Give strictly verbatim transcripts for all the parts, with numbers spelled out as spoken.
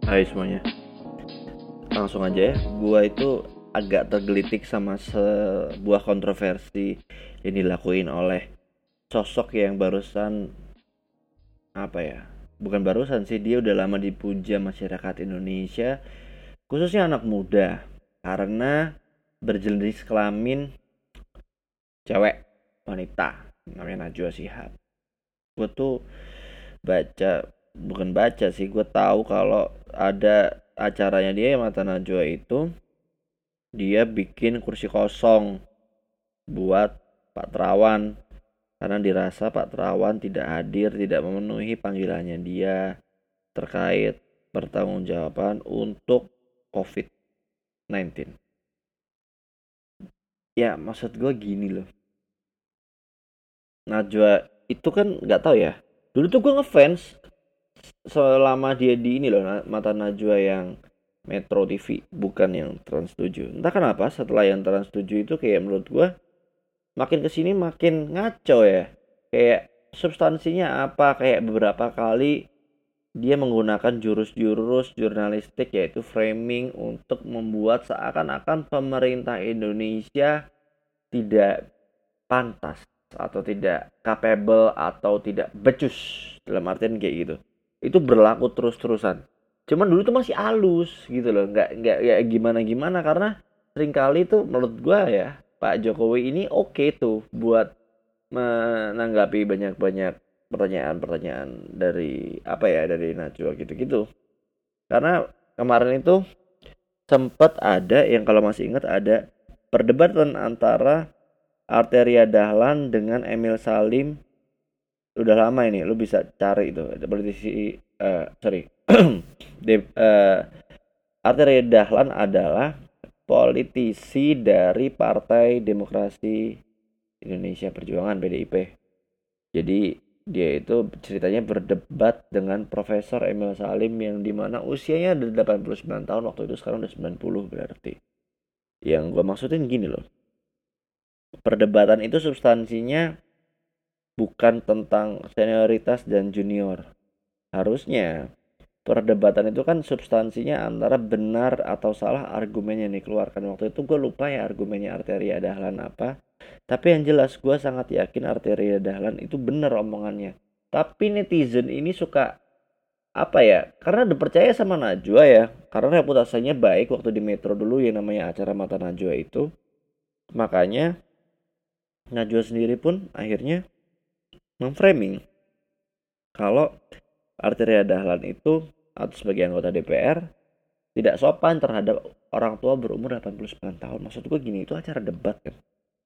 Hai semuanya, langsung aja ya. Gua itu agak tergelitik sama sebuah kontroversi yang dilakuin oleh sosok yang barusan, apa ya, bukan barusan sih, dia udah lama dipuja masyarakat Indonesia, khususnya anak muda, karena berjenis kelamin cewek, wanita, namanya Najwa Shihab. Gue tuh baca, bukan baca sih, gue tahu kalau ada acaranya dia yang Mata Najwa itu, dia bikin kursi kosong buat Pak Terawan karena dirasa Pak Terawan tidak hadir, tidak memenuhi panggilannya dia terkait pertanggungjawaban untuk covid sembilan belas. Ya maksud gue gini loh, Najwa itu kan nggak tahu ya, dulu tuh gue ngefans selama dia di ini loh, Mata Najwa yang Metro T V, bukan yang Trans tujuh. Entah kenapa setelah yang Trans tujuh itu kayak menurut gue makin kesini makin ngaco ya. Kayak substansinya apa, kayak beberapa kali dia menggunakan jurus-jurus jurnalistik yaitu framing untuk membuat seakan-akan pemerintah Indonesia tidak pantas atau tidak capable atau tidak becus, dalam artian kayak gitu. Itu berlaku terus-terusan. Cuman dulu tuh masih halus gitu loh, nggak nggak ya gimana-gimana, karena seringkali tuh menurut gua ya Pak Jokowi ini oke okay tuh buat menanggapi banyak-banyak pertanyaan-pertanyaan dari apa ya, dari Najwa gitu-gitu. Karena kemarin itu sempat ada yang, kalau masih ingat, ada perdebatan antara Arteria Dahlan dengan Emil Salim. Udah lama ini, lu bisa cari itu, ada politisi uh, sorry De, uh, Arteria Dahlan adalah politisi dari Partai Demokrasi Indonesia Perjuangan, P D I P. Jadi dia itu ceritanya berdebat dengan Profesor Emil Salim yang dimana usianya udah delapan puluh sembilan tahun waktu itu, sekarang udah sembilan puluh berarti. Yang gue maksudin gini loh, perdebatan itu substansinya bukan tentang senioritas dan junior. Harusnya perdebatan itu kan substansinya antara benar atau salah argumen yang dikeluarkan. Waktu itu gue lupa ya argumennya Arteria Dahlan apa, tapi yang jelas gue sangat yakin Arteria Dahlan itu benar omongannya. Tapi netizen ini suka apa ya, karena udah percaya sama Najwa ya, karena reputasinya baik waktu di Metro dulu yang namanya acara Mata Najwa itu. Makanya Najwa sendiri pun akhirnya memframing kalau Arteria Dahlan itu atau sebagai anggota D P R tidak sopan terhadap orang tua berumur delapan puluh sembilan tahun. Maksud gue gini, itu acara debat kan.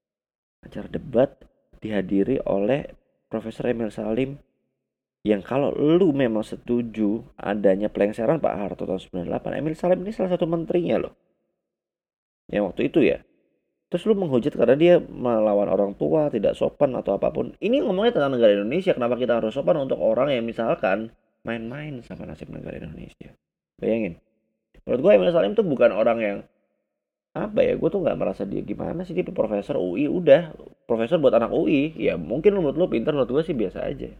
Acara debat dihadiri oleh Profesor Emil Salim yang kalau lu memang setuju adanya pelengseran Pak Harto tahun sembilan puluh delapan, Emil Salim ini salah satu menterinya loh. Yang waktu itu ya. Terus lu menghujat karena dia melawan orang tua, tidak sopan atau apapun. Ini ngomongnya tentang negara Indonesia, kenapa kita harus sopan untuk orang yang misalkan main-main sama nasib negara Indonesia? Bayangin. Menurut gue Emil Salim tuh bukan orang yang apa ya, gue tuh nggak merasa dia gimana sih, dia profesor U I, udah profesor buat anak U I. Ya mungkin menurut lu pintar, menurut gue sih biasa aja.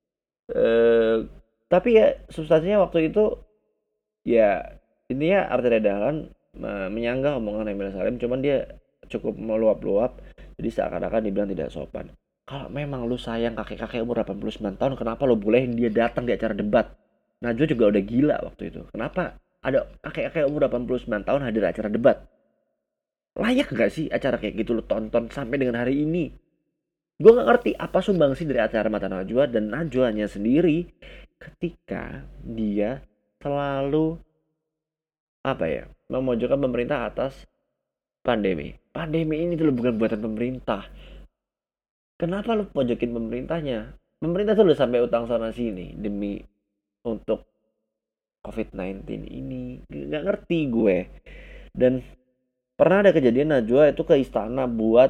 Eh, tapi ya substansinya waktu itu ya intinya Arteria Dahlan menyanggah omongan Emil Salim, cuman dia cukup meluap-luap, jadi seakan-akan dibilang tidak sopan. Kalau memang lu sayang kakek-kakek umur delapan puluh sembilan tahun, kenapa lu bolehin dia datang di acara debat? Najwa juga udah gila waktu itu, kenapa ada kakek-kakek umur delapan puluh sembilan tahun hadir acara debat? Layak gak sih acara kayak gitu lu tonton sampai dengan hari ini? Gue gak ngerti apa sumbangsi dari acara Mata Najwa dan Najwanya sendiri ketika dia selalu apa ya, memojokkan pemerintah atas pandemi. Pandemi ini tuh bukan buatan pemerintah. Kenapa lu pojokin pemerintahnya? Pemerintah tuh udah sampai utang sana sini demi untuk covid sembilan belas ini. Gak ngerti gue. Dan pernah ada kejadian Najwa itu ke istana buat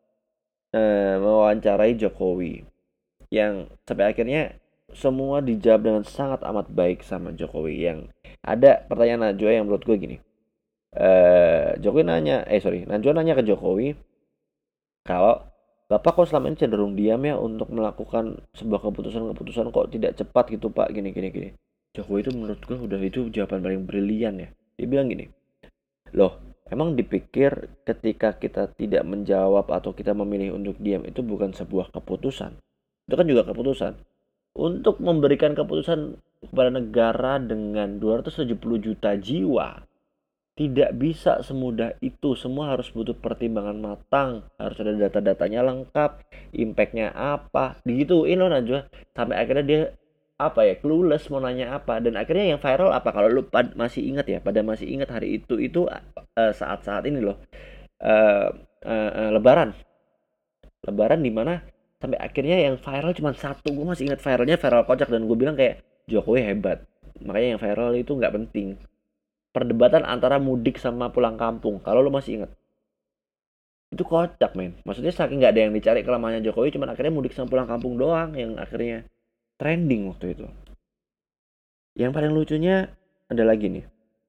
eh, mewawancarai Jokowi. Yang sampai akhirnya semua dijawab dengan sangat amat baik sama Jokowi. Yang ada pertanyaan Najwa yang menurut gue gini. Uh, Jokowi nanya, eh sorry, Najwa nanya ke Jokowi, kalau Bapak kok selama ini cenderung diam ya untuk melakukan sebuah keputusan-keputusan kok tidak cepat gitu Pak, gini gini gini. Jokowi itu menurut gue udah itu jawaban paling brilian ya. Dia bilang gini, loh emang dipikir ketika kita tidak menjawab atau kita memilih untuk diam itu bukan sebuah keputusan. Itu kan juga keputusan. Untuk memberikan keputusan kepada negara dengan dua ratus tujuh puluh juta jiwa, tidak bisa semudah itu. Semua harus butuh pertimbangan matang, harus ada data-datanya lengkap, impactnya apa, digituin loh Najwa. Sampai akhirnya dia apa ya, clueless mau nanya apa. Dan akhirnya yang viral apa, kalau lu pad- masih ingat ya, pada masih ingat hari itu itu uh, saat-saat ini loh, uh, uh, uh, lebaran lebaran di mana sampai akhirnya yang viral cuma satu. Gue masih ingat viralnya, viral kocak, dan gue bilang kayak Jokowi hebat. Makanya yang viral itu nggak penting. Perdebatan antara mudik sama pulang kampung, kalau lo masih ingat, itu kocak men. Maksudnya saking nggak ada yang dicari kelemahannya Jokowi, cuman akhirnya mudik sama pulang kampung doang yang akhirnya trending waktu itu. Yang paling lucunya ada lagi nih,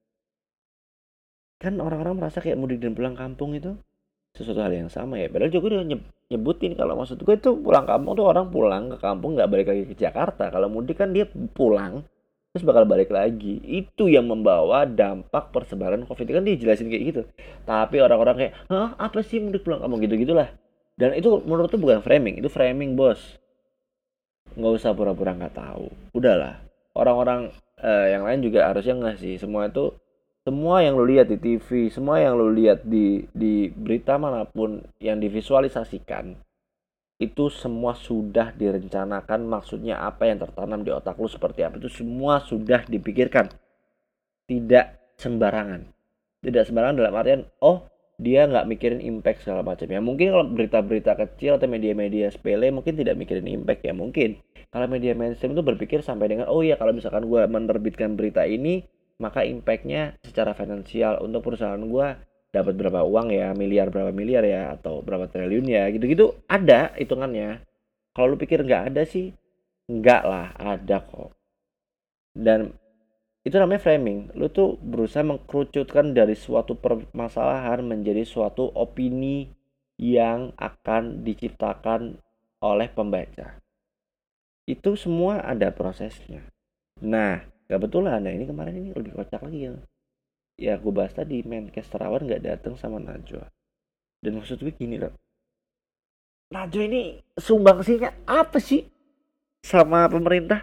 kan orang-orang merasa kayak mudik dan pulang kampung itu sesuatu hal yang sama ya. Padahal Jokowi udah nyebutin kalau maksud gue itu pulang kampung tuh orang pulang ke kampung nggak balik lagi ke Jakarta. Kalau mudik kan dia pulang terus bakal balik lagi. Itu yang membawa dampak persebaran COVID kan dia jelasin kayak gitu. Tapi orang-orang kayak, hah apa sih mudik pulang kampung gitu-gitulah. Dan itu menurut tuh bukan framing, itu framing bos. Nggak usah pura-pura nggak tahu. Udahlah. Orang-orang eh, yang lain juga harusnya ngasih semua itu. Semua yang lo lihat di T V, semua yang lo lihat di di berita manapun yang divisualisasikan, itu semua sudah direncanakan. Maksudnya apa yang tertanam di otak lo seperti apa, itu semua sudah dipikirkan. Tidak sembarangan. Tidak sembarangan dalam artian, oh dia nggak mikirin impact segala macam. Ya mungkin kalau berita-berita kecil atau media-media sepele mungkin tidak mikirin impact ya mungkin. Kalau media mainstream itu berpikir sampai dengan, oh iya kalau misalkan gue menerbitkan berita ini, maka impactnya secara finansial untuk perusahaan gue dapat berapa uang ya, miliar berapa miliar ya, atau berapa triliun ya, gitu-gitu ada hitungannya. Kalau lu pikir nggak ada sih, nggak lah, ada kok. Dan itu namanya framing. Lu tuh berusaha mengkerucutkan dari suatu permasalahan menjadi suatu opini yang akan diciptakan oleh pembaca. Itu semua ada prosesnya. Nah, kebetulan nah ini kemarin ini lebih kocak lagi ya. Ya gue bahas tadi, Menkes Terawan gak datang sama Najwa. Dan maksud gue gini loh, Najwa ini sumbangsinya apa sih sama pemerintah?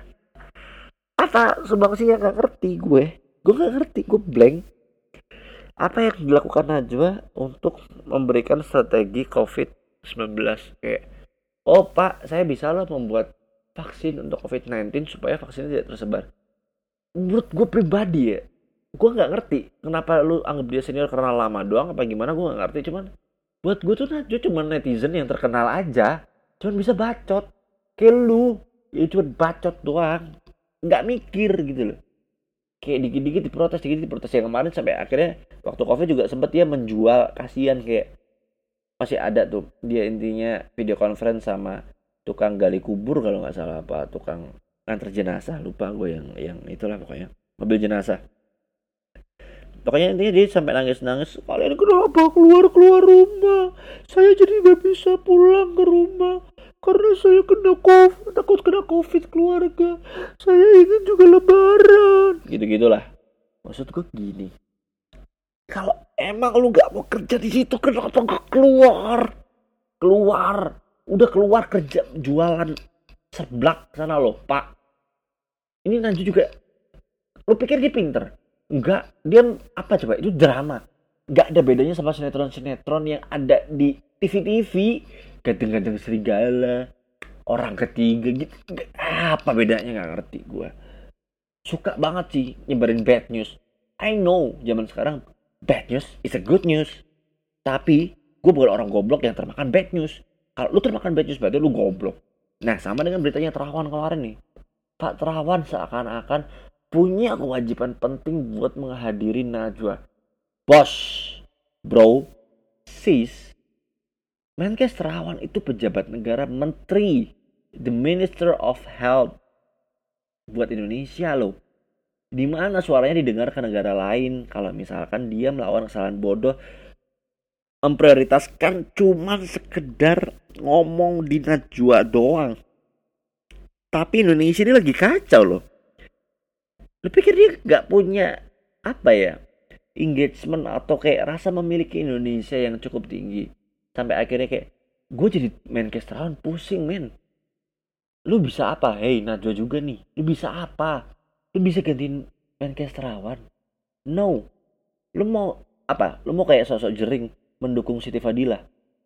Apa sumbangsinya gak ngerti gue. Gue gak ngerti, gue blank. Apa yang dilakukan Najwa untuk memberikan strategi covid sembilan belas? Kayak, oh pak saya bisa loh membuat vaksin untuk covid sembilan belas supaya vaksinnya tidak tersebar. Menurut gue pribadi ya, gue nggak ngerti kenapa lu anggap dia senior karena lama doang apa gimana, gue nggak ngerti. Cuman buat gue tuh Najwa cuma netizen yang terkenal aja, cuman bisa bacot kayak lu ya, cuma bacot doang, nggak mikir gitu loh. Kayak dikit-dikit diprotes, dikit diprotes. Yang kemarin sampai akhirnya waktu covid juga sempet dia menjual, kasihan, kayak masih ada tuh dia intinya video conference sama tukang gali kubur kalau nggak salah, apa tukang antar jenazah, lupa gue yang yang itulah pokoknya, mobil jenazah. Pokoknya intinya dia sampai nangis-nangis, kalian kenapa keluar-keluar rumah, saya jadi gak bisa pulang ke rumah karena saya kena covid, takut kena covid keluarga, saya ingin juga lebaran, gitu-gitulah. Maksud gue gini, kalau emang lu gak mau kerja di situ kenapa gak keluar? Keluar, udah keluar kerja jualan seblak sana loh pak. Ini Najwa juga, lu pikir dia pinter? Enggak, dia apa coba, itu drama. Enggak ada bedanya sama sinetron-sinetron yang ada di T V-T V. Ganteng-ganteng serigala, orang ketiga gitu. Apa bedanya gak ngerti gue. Suka banget sih nyebarin bad news. I know zaman sekarang bad news is a good news. Tapi gue bukan orang goblok yang termakan bad news. Kalau lu termakan bad news berarti lu goblok. Nah sama dengan beritanya Terawan kemarin nih. Pak Terawan seakan-akan punya kewajiban penting buat menghadiri Najwa. Bos, bro, sis, Menkes Terawan itu pejabat negara, menteri, the Minister of Health buat Indonesia loh. Dimana suaranya didengar ke negara lain kalau misalkan dia melawan kesalahan bodoh, memprioritaskan cuman sekedar ngomong di Najwa doang. Tapi Indonesia ini lagi kacau loh. Lu pikir dia nggak punya apa ya, engagement atau kayak rasa memiliki Indonesia yang cukup tinggi sampai akhirnya kayak gue jadi main castrawan pusing men. Lu bisa apa? Hei Najwa juga nih, lu bisa apa? Lu bisa gantiin main castrawan? No. Lu mau apa? Lu mau kayak sosok jering mendukung Siti Fadila?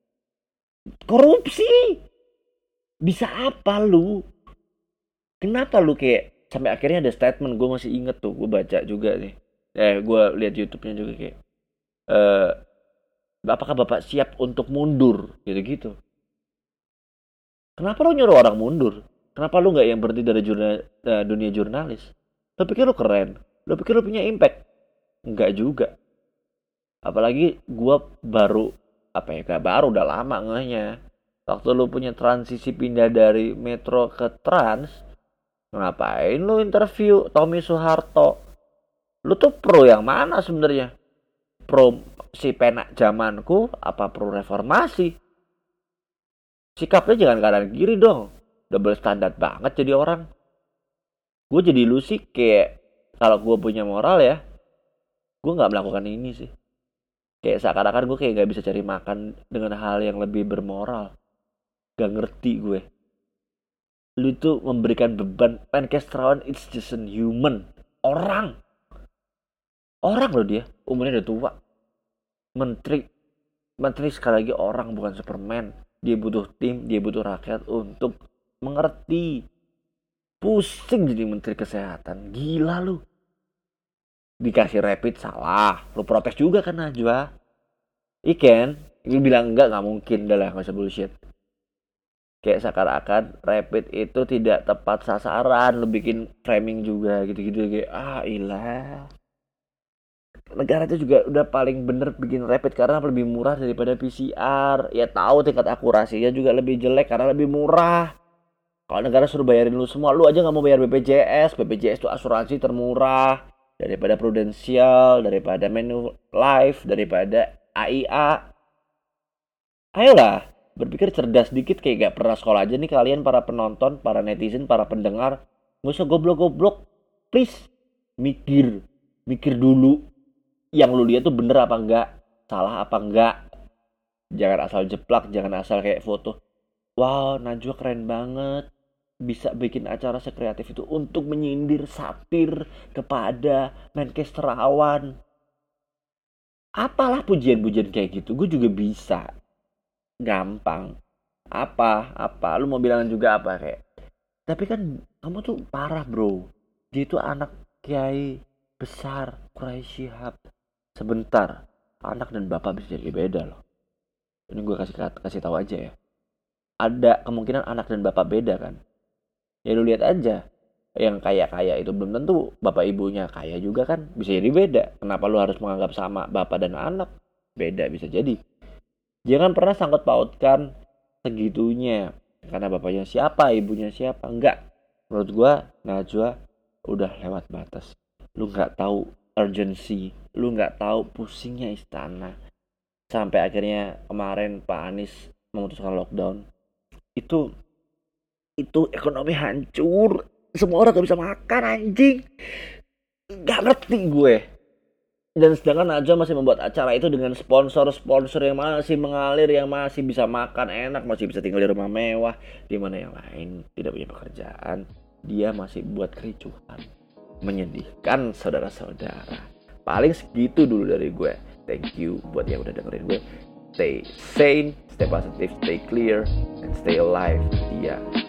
Korupsi. Bisa apa lu? Kenapa lu kayak sampai akhirnya ada statement, gue masih inget tuh, gue baca juga nih. Eh, gue lihat YouTube-nya juga kayak eh apakah Bapak siap untuk mundur gitu-gitu. Kenapa lu nyuruh orang mundur? Kenapa lu nggak yang berhenti dari jurnal, uh, dunia jurnalis? Lu pikir lu keren? Lu pikir lu punya impact? Enggak juga. Apalagi gua baru apa ya? Gak baru, udah lama ngehnya. Waktu lu punya transisi pindah dari Metro ke Trans, ngapain lu interview Tommy Soeharto? Lu tuh pro yang mana sebenarnya? Pro si penak zamanku apa pro reformasi? Sikapnya jangan kanan kiri dong. Double standar banget jadi orang. Gue jadi lu sih kayak kalau gue punya moral ya, gue nggak melakukan ini sih. Kayak seakan-akan gue kayak nggak bisa cari makan dengan hal yang lebih bermoral. Gak ngerti gue. Lu tuh memberikan beban. Lancastrawan it's just a human. Orang. Orang loh dia. Umurnya udah tua. Menteri. Menteri sekali lagi orang, bukan Superman. Dia butuh tim, dia butuh rakyat untuk mengerti. Pusing jadi menteri kesehatan. Gila lu. Dikasih rapid salah. Lu protes juga kan Najwa. Iken. Lu bilang enggak, gak mungkin. Udah lah, gak usah bullshit. Kayak seakan-akan rapid itu tidak tepat sasaran. Lu bikin framing juga gitu-gitu. Kayak ah ilah. Negara itu juga udah paling bener bikin rapid karena lebih murah daripada P C R. Ya tahu tingkat akurasinya juga lebih jelek karena lebih murah. Kalau negara suruh bayarin lu semua, lu aja nggak mau bayar B P J S. B P J S itu asuransi termurah daripada Prudential, daripada Manulife, daripada A I A. Ayolah, berpikir cerdas dikit, kayak gak pernah sekolah aja nih kalian para penonton, para netizen, para pendengar. Nggak usah goblok-goblok, please. Mikir, mikir dulu. Yang lu lihat tuh bener apa enggak, salah apa enggak. Jangan asal jeplak, jangan asal kayak foto. Wow, Najwa keren banget. Bisa bikin acara sekreatif itu untuk menyindir satir kepada Menkestrawan. Apalah pujian-pujian kayak gitu, gue juga bisa. Gampang. Apa, apa, lu mau bilang juga apa kayak. Tapi kan kamu tuh parah bro. Dia itu anak kiai besar, Quraisy Shihab. Sebentar, anak dan bapak bisa jadi beda loh. Ini gue kasih kasih tahu aja ya. Ada kemungkinan anak dan bapak beda kan. Ya lu lihat aja. Yang kaya-kaya itu belum tentu bapak ibunya kaya juga kan. Bisa jadi beda. Kenapa lu harus menganggap sama bapak dan anak? Beda bisa jadi. Jangan pernah sangkut pautkan segitunya. Karena bapaknya siapa, ibunya siapa. Enggak. Menurut gue, Najwa udah lewat batas. Lu gak tahu urgency. Lu gak tahu pusingnya istana. Sampai akhirnya kemarin Pak Anies memutuskan lockdown. Itu itu ekonomi hancur. Semua orang gak bisa makan anjing. Gak ngerti gue. Dan sedangkan Najwa masih membuat acara itu dengan sponsor-sponsor yang masih mengalir, yang masih bisa makan enak, masih bisa tinggal di rumah mewah. Di mana yang lain tidak punya pekerjaan. Dia masih buat kericuhan. Menyedihkan saudara-saudara. Paling segitu dulu dari gue. Thank you buat yang udah dengerin gue. Stay sane, stay positive, stay clear, and stay alive. Iya.